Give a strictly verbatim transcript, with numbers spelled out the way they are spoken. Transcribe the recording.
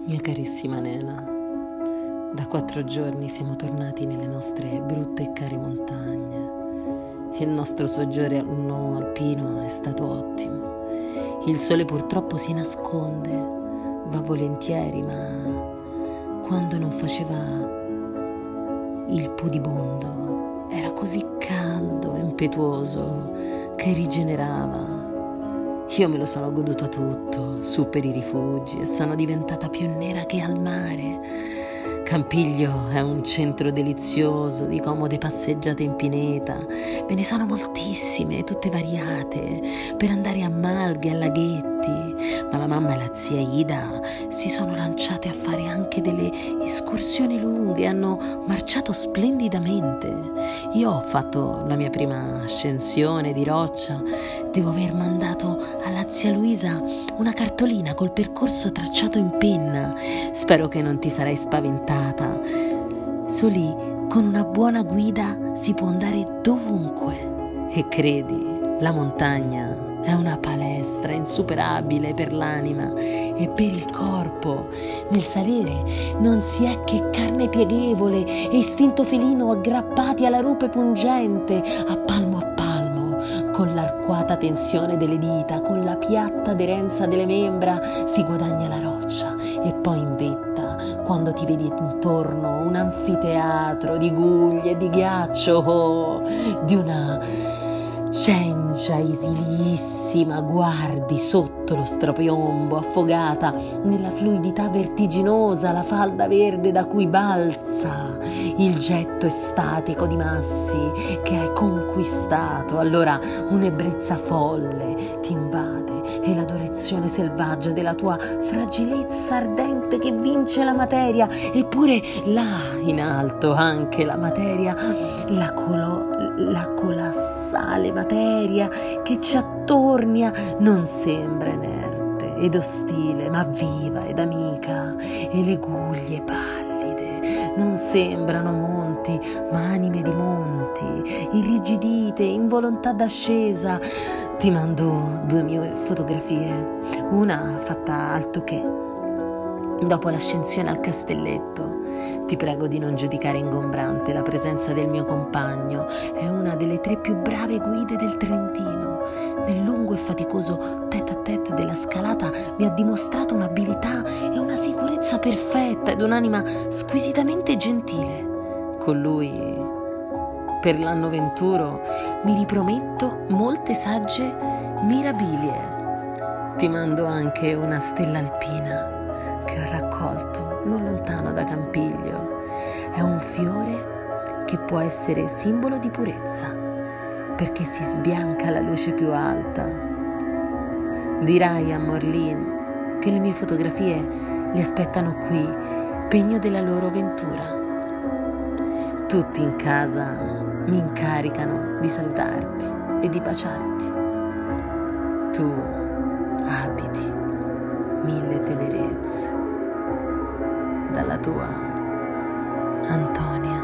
Mia carissima Nena, da quattro giorni siamo tornati nelle nostre brutte e care montagne. Il nostro soggiorno alpino è stato ottimo. Il sole purtroppo si nasconde, va volentieri, ma quando non faceva il pudibondo era così caldo e impetuoso che rigenerava. Io me lo sono goduto tutto, su per i rifugi, e sono diventata più nera che al mare. Campiglio è un centro delizioso di comode passeggiate in pineta. Ve ne sono moltissime, tutte variate, per andare a malghe, a laghetti. Ma la mamma e la zia Ida si sono lanciate a fare anche delle escursioni lunghe, hanno marciato splendidamente. Io ho fatto la mia prima ascensione di roccia. Devo aver mandato alla zia Luisa una cartolina col percorso tracciato in penna. Spero che non ti sarai spaventata. Soli con una buona guida si può andare dovunque. E credi, la montagna è una palestra insuperabile per l'anima e per il corpo. Nel salire non si è che carne pieghevole e istinto felino aggrappati alla rupe pungente, a palmo a palmo, con l'arcuata tensione delle dita, con la piatta aderenza delle membra, si guadagna la roccia e poi in vetta, quando ti vedi intorno un anfiteatro di guglie e di ghiaccio, oh, di una cengia esilissima, guardi sotto lo strapiombo, affogata nella fluidità vertiginosa, la falda verde da cui balza il getto estatico di massi che hai conquistato. Allora un'ebbrezza folle ti invade e l'adorazione selvaggia della tua fragilezza ardente che vince la materia. Eppure là in alto anche la materia, la, colo, la colossale materia che ci attornia non sembra inerte ed ostile, ma viva ed amica, e le guglie pallide non sembrano monti, ma anime di monti, irrigidite in volontà d'ascesa. Ti mando due mie fotografie, una fatta al Touquet, dopo l'ascensione al castelletto. Ti prego di non giudicare ingombrante la presenza del mio compagno, è una delle tre più brave guide del Trentino. Nel lungo e faticoso tête-à-tête della scalata mi ha dimostrato un'abilità e una sicurezza perfetta ed un'anima squisitamente gentile. Con lui, per l'anno venturo, mi riprometto molte sagge mirabilie. Ti mando anche una stella alpina che ho raccolto non lontano da Campiglio. È un fiore che può essere simbolo di purezza, perché si sbianca alla luce più alta. Dirai a Morlin che le mie fotografie li aspettano qui, pegno della loro ventura. Tutti in casa mi incaricano di salutarti e di baciarti. Tu abiti mille tenerezze. Dalla tua Antonia.